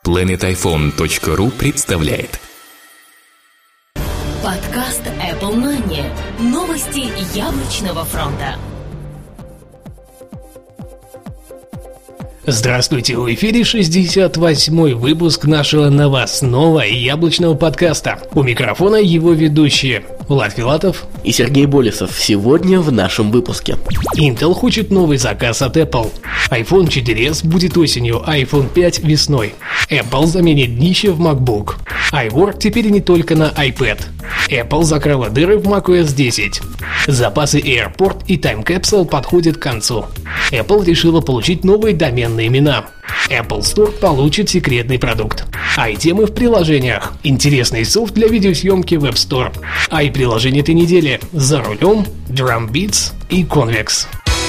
planetiphone.ru представляет подкаст Apple Money. Новости яблочного фронта. Здравствуйте, в эфире 68-й выпуск нашего новостного яблочного подкаста. У микрофона его ведущие Влад Филатов и Сергей Болесов. Сегодня в нашем выпуске. Intel хочет новый заказ от Apple. iPhone 4s будет осенью, iPhone 5 весной. Apple заменит днище в MacBook. iWork теперь не только на iPad. Apple закрыла дыры в macOS 10. Запасы AirPort и Time Capsule подходят к концу. Apple решила получить новые доменные имена. Apple Store получит секретный продукт. Темы в приложениях. Интересный софт для видеосъемки в App Store. Приложения этой недели: «За рулем», Drum Beats и Convex.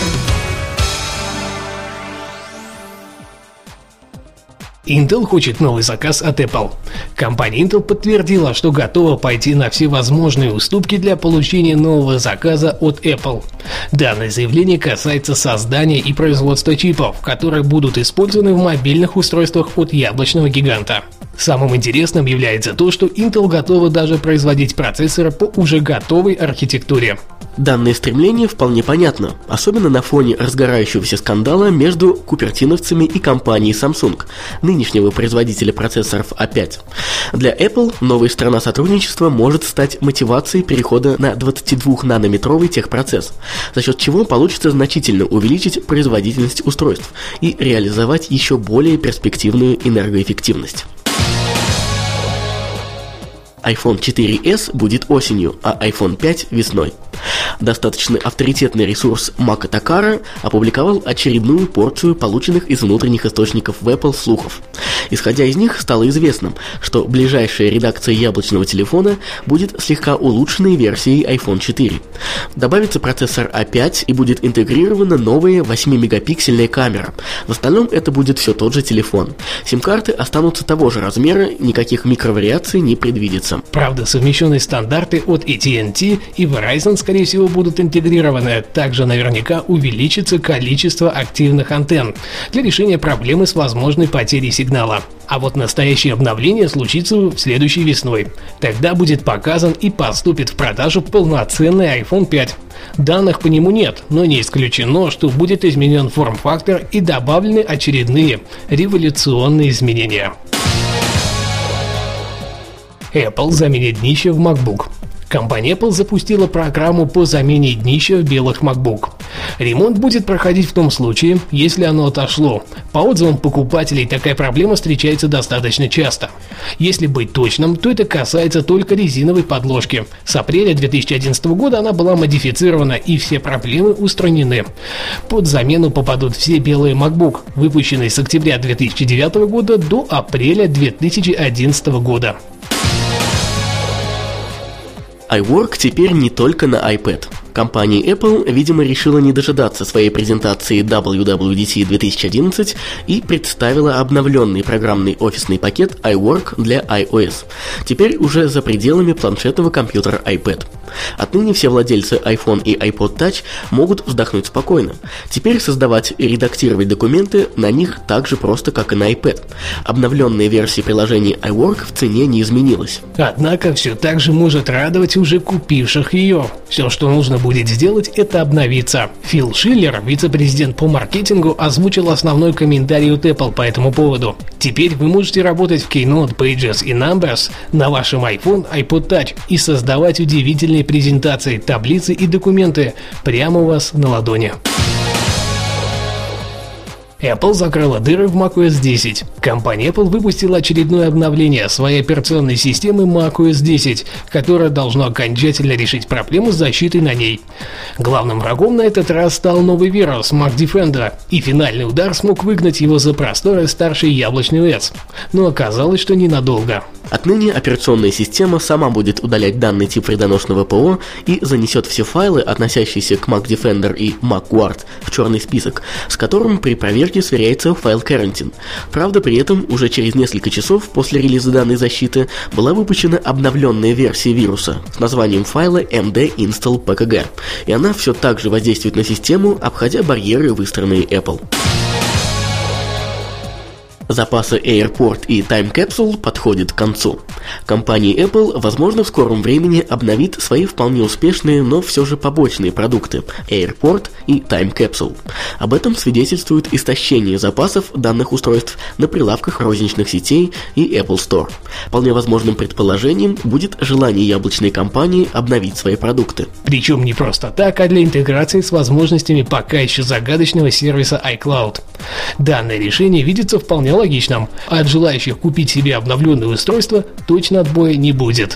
Intel хочет новый заказ от Apple. Компания Intel подтвердила, что готова пойти на все возможные уступки для получения нового заказа от Apple. Данное заявление касается создания и производства чипов, которые будут использованы в мобильных устройствах от яблочного гиганта. Самым интересным является то, что Intel готова даже производить процессоры по уже готовой архитектуре. Данное стремление вполне понятно, особенно на фоне разгорающегося скандала между купертиновцами и компанией Samsung, нынешнего производителя процессоров A5. Для Apple новая сторона сотрудничества может стать мотивацией перехода на 22-нанометровый техпроцесс, за счет чего получится значительно увеличить производительность устройств и реализовать еще более перспективную энергоэффективность. iPhone 4s будет осенью, а iPhone 5 весной. Достаточно авторитетный ресурс Mac Takara опубликовал очередную порцию полученных из внутренних источников в Apple слухов. Исходя из них, стало известным, что ближайшая редакция яблочного телефона будет слегка улучшенной версией iPhone 4. Добавится процессор A5 и будет интегрирована новая 8-мегапиксельная камера. В остальном это будет все тот же телефон. Сим-карты останутся того же размера, никаких микровариаций не предвидится. Правда, совмещенные стандарты от AT&T и Verizon, скорее всего, будут интегрированы. Также наверняка увеличится количество активных антенн для решения проблемы с возможной потерей сигнала. А вот настоящее обновление случится следующей весной. Тогда будет показан и поступит в продажу полноценный iPhone 5. Данных по нему нет, но не исключено, что будет изменен форм-фактор и добавлены очередные революционные изменения. Apple заменит днище в MacBook. Компания Apple запустила программу по замене днища в белых MacBook. Ремонт будет проходить в том случае, если оно отошло. По отзывам покупателей, такая проблема встречается достаточно часто. Если быть точным, то это касается только резиновой подложки. С апреля 2011 года она была модифицирована, и все проблемы устранены. Под замену попадут все белые MacBook, выпущенные с октября 2009 года до апреля 2011 года. iWork теперь не только на iPad. Компания Apple, видимо, решила не дожидаться своей презентации WWDC 2011 и представила обновленный программный офисный пакет iWork для iOS. Теперь уже за пределами планшетного компьютера iPad. Отныне все владельцы iPhone и iPod Touch могут вздохнуть спокойно. Теперь создавать и редактировать документы на них так же просто, как и на iPad. Обновленная версия приложения iWork в цене не изменилась. Однако все так же может радовать уже купивших ее. Все, что нужно будет сделать, это обновиться. Фил Шиллер, вице-президент по маркетингу, озвучил основной комментарий от Apple по этому поводу. Теперь вы можете работать в Keynote, Pages и Numbers на вашем iPhone, iPod Touch и создавать удивительные презентации, таблицы и документы прямо у вас на ладони. Apple закрыла дыры в macOS 10. Компания Apple выпустила очередное обновление своей операционной системы macOS 10, которое должно окончательно решить проблему с защитой на ней. Главным врагом на этот раз стал новый вирус Mac Defender, и финальный удар смог выгнать его за просторы старший яблочный OS. Но оказалось, что ненадолго. Отныне операционная система сама будет удалять данный тип вредоносного ПО и занесет все файлы, относящиеся к Mac Defender и MacGuard, в черный список, с которым при проверке сверяется файл Quarantine. Правда, при этом уже через несколько часов после релиза данной защиты была выпущена обновленная версия вируса с названием файла md-install.pkg, и она все так же воздействует на систему, обходя барьеры, выстроенные Apple. Запасы AirPort и Time Capsule подходят к концу. Компания Apple, возможно, в скором времени обновит свои вполне успешные, но все же побочные продукты AirPort и Time Capsule. Об этом свидетельствует истощение запасов данных устройств на прилавках розничных сетей и Apple Store. Вполне возможным предположением будет желание яблочной компании обновить свои продукты. Причем не просто так, а для интеграции с возможностями пока еще загадочного сервиса iCloud. Данное решение видится вполне логичным, а от желающих купить себе обновленное устройство точно отбоя не будет.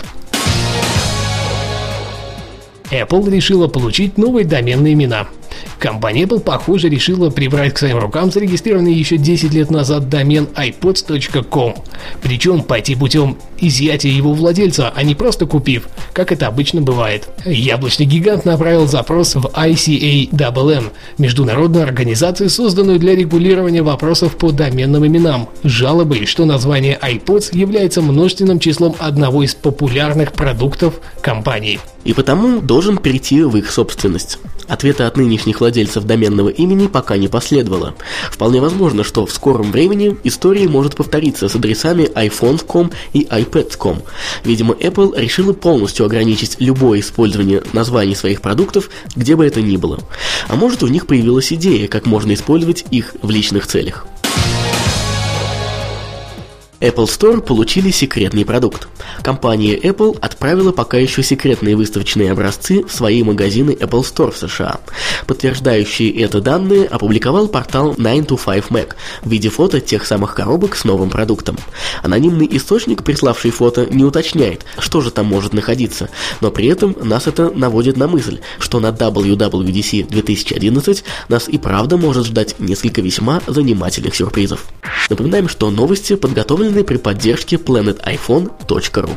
Apple решила получить новые доменные имена. Компания Apple, похоже, решила прибрать к своим рукам зарегистрированный еще 10 лет назад домен iPods.com. Причем пойти путем изъятия его владельца, а не просто купив, как это обычно бывает. Яблочный гигант направил запрос в ICANN, международную организацию, созданную для регулирования вопросов по доменным именам, с жалобой, что название iPods является множественным числом одного из популярных продуктов компании. И потому должен перейти в их собственность. Ответа от нынешних владельцев доменного имени пока не последовало. Вполне возможно, что в скором времени история может повториться с адресами iPhone.com и iPad.com. Видимо, Apple решила полностью ограничить любое использование названий своих продуктов, где бы это ни было. А может, у них появилась идея, как можно использовать их в личных целях. Apple Store получили секретный продукт. Компания Apple отправила пока еще секретные выставочные образцы в свои магазины Apple Store в США. Подтверждающие это данные опубликовал портал 9to5Mac в виде фото тех самых коробок с новым продуктом. Анонимный источник, приславший фото, не уточняет, что же там может находиться, но при этом нас это наводит на мысль, что на WWDC 2011 нас и правда может ждать несколько весьма занимательных сюрпризов. Напоминаем, что новости подготовлены при поддержке planetiphone.ru.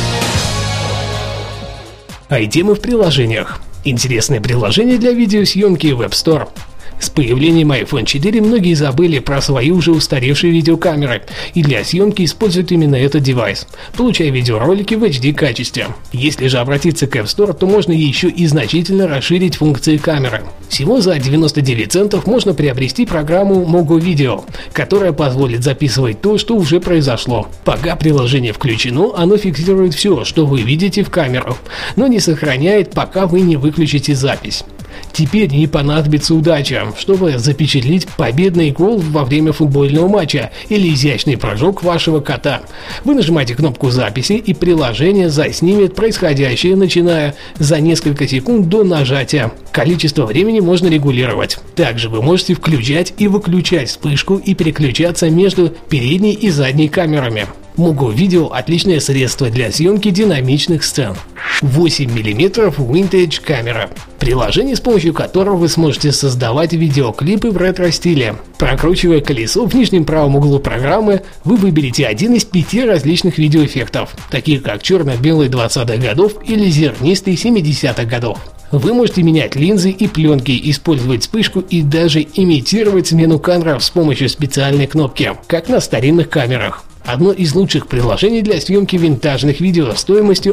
Темы в приложениях. Интересное приложение для видеосъемки в App Store. С появлением iPhone 4 многие забыли про свои уже устаревшие видеокамеры и для съемки используют именно этот девайс, получая видеоролики в HD качестве. Если же обратиться к App Store, то можно еще и значительно расширить функции камеры. Всего за 99 центов можно приобрести программу Mogo Video, которая позволит записывать то, что уже произошло. Пока приложение включено, оно фиксирует все, что вы видите в камеру, но не сохраняет, пока вы не выключите запись. Теперь не понадобится удача, чтобы запечатлеть победный гол во время футбольного матча или изящный прыжок вашего кота. Вы нажимаете кнопку записи, и приложение заснимет происходящее, начиная за несколько секунд до нажатия. Количество времени можно регулировать. Также вы можете включать и выключать вспышку и переключаться между передней и задней камерами. Mogo Video – отличное средство для съемки динамичных сцен. 8 мм Vintage камера. Приложение, с помощью которого вы сможете создавать видеоклипы в ретро-стиле. Прокручивая колесо в нижнем правом углу программы, вы выберете один из 5 различных видеоэффектов, таких как черно-белый 20-х годов или зернистый 70-х годов. Вы можете менять линзы и пленки, использовать вспышку и даже имитировать смену кадров с помощью специальной кнопки, как на старинных камерах. Одно из лучших приложений для съемки винтажных видео стоимостью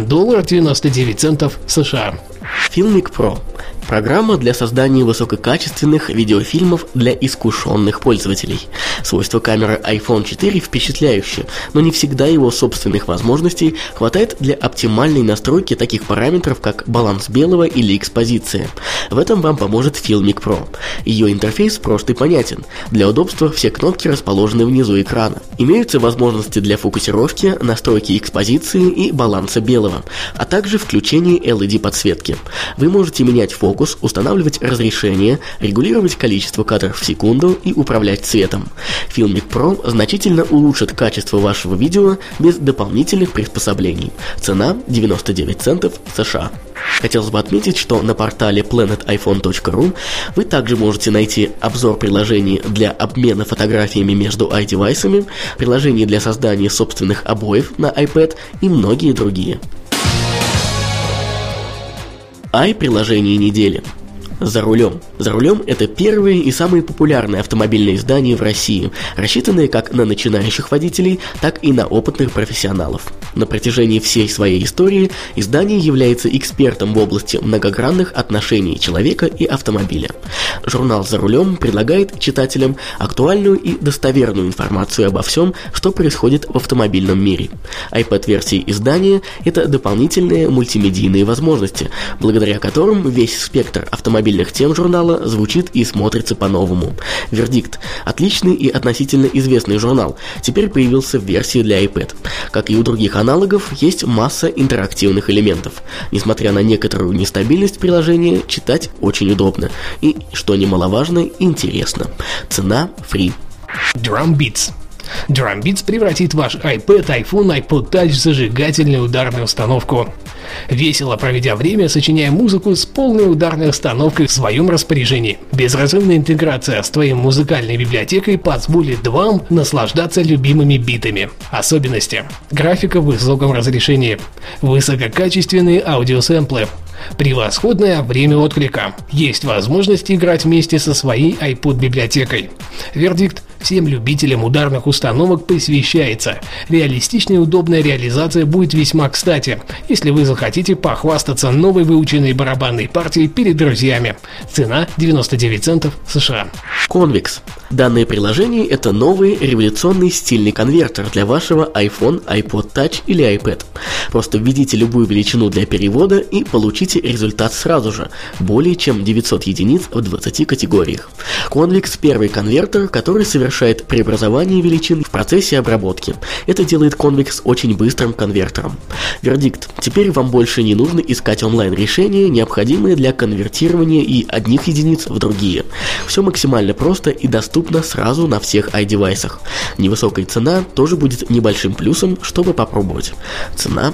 $1.99 США. Filmic Pro – программа для создания высококачественных видеофильмов для искушенных пользователей. Свойства камеры iPhone 4 впечатляющие, но не всегда его собственных возможностей хватает для оптимальной настройки таких параметров, как баланс белого или экспозиция. В этом вам поможет Filmic Pro. Ее интерфейс прост и понятен. Для удобства все кнопки расположены внизу экрана. Имеются возможности для фокусировки, настройки экспозиции и баланса белого, а также включения LED-подсветки. Вы можете менять фокус, устанавливать разрешение, регулировать количество кадров в секунду и управлять цветом. Filmic Pro значительно улучшит качество вашего видео без дополнительных приспособлений. Цена 99 центов США. Хотелось бы отметить, что на портале planetiphone.ru вы также можете найти обзор приложений для обмена фотографиями между iDevice'ами, приложений для создания собственных обоев на iPad и многие другие. Приложение недели. За рулем. За рулем – это первое и самое популярное автомобильное издание в России, рассчитанное как на начинающих водителей, так и на опытных профессионалов. На протяжении всей своей истории издание является экспертом в области многогранных отношений человека и автомобиля. Журнал «За рулем» предлагает читателям актуальную и достоверную информацию обо всем, что происходит в автомобильном мире. iPad-версии издания – это дополнительные мультимедийные возможности, благодаря которым весь спектр автомобильных тем журнала звучит и смотрится по-новому. Вердикт. Отличный и относительно известный журнал теперь появился в версии для iPad. Как и у других аналогов, есть масса интерактивных элементов. Несмотря на некоторую нестабильность приложения, читать очень удобно. И, что немаловажно, интересно. Цена free. Drumbeats. Drumbeats превратит ваш iPad, iPhone, iPod Touch в зажигательную ударную установку. Весело проведя время, сочиняя музыку с полной ударной установкой в своем распоряжении. Безразрывная интеграция с твоей музыкальной библиотекой позволит вам наслаждаться любимыми битами. Особенности. Графика в высоком разрешении. Высококачественные аудиосэмплы. Превосходное время отклика. Есть возможность играть вместе со своей iPod-библиотекой. Вердикт. Всем любителям ударных установок посвящается. Реалистичная и удобная реализация будет весьма кстати, если вы захотите похвастаться новой выученной барабанной партией перед друзьями. Цена 99 центов США. Convex. Данное приложение – это новый революционный стильный конвертер для вашего iPhone, iPod Touch или iPad. Просто введите любую величину для перевода и получите результат сразу же – более чем 900 единиц в 20 категориях. Convex – первый конвертер, который совершает преобразование величин в процессе обработки. Это делает Convex очень быстрым конвертером. Вердикт. Теперь вам больше не нужно искать онлайн-решения, необходимые для конвертирования и одних единиц в другие. Все максимально просто и доступно сразу на всех iDevice'ах. Невысокая цена тоже будет небольшим плюсом, чтобы попробовать. Цена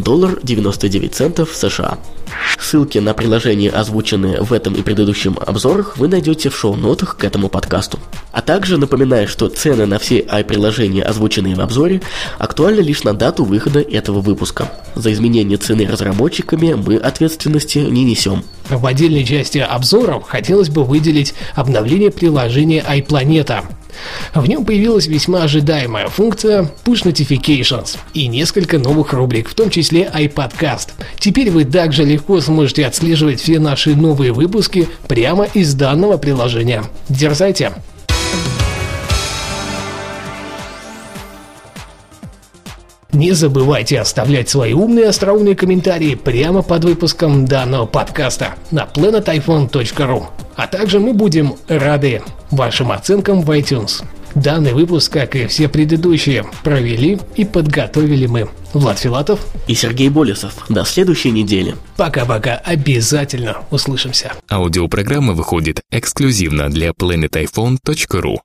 $1.99 США. Ссылки на приложения, озвученные в этом и предыдущем обзорах, вы найдете в шоу-нотах к этому подкасту. А также напоминаю, что цены на все i-приложения, озвученные в обзоре, актуальны лишь на дату выхода этого выпуска. За изменение цены разработчиками мы ответственности не несем. В отдельной части обзоров хотелось бы выделить обновление приложения iPlaneta. В нем появилась весьма ожидаемая функция Push Notifications и несколько новых рубрик, в том числе iPodcast. Теперь вы также легко сможете отслеживать все наши новые выпуски прямо из данного приложения. Дерзайте! Не забывайте оставлять свои умные и остроумные комментарии прямо под выпуском данного подкаста на planetiphone.ru. А также мы будем рады вашим оценкам в iTunes. Данный выпуск, как и все предыдущие, провели и подготовили мы, Влад Филатов и Сергей Болесов. До следующей недели. Пока-пока, обязательно услышимся. Аудиопрограмма выходит эксклюзивно для planetiphone.ru.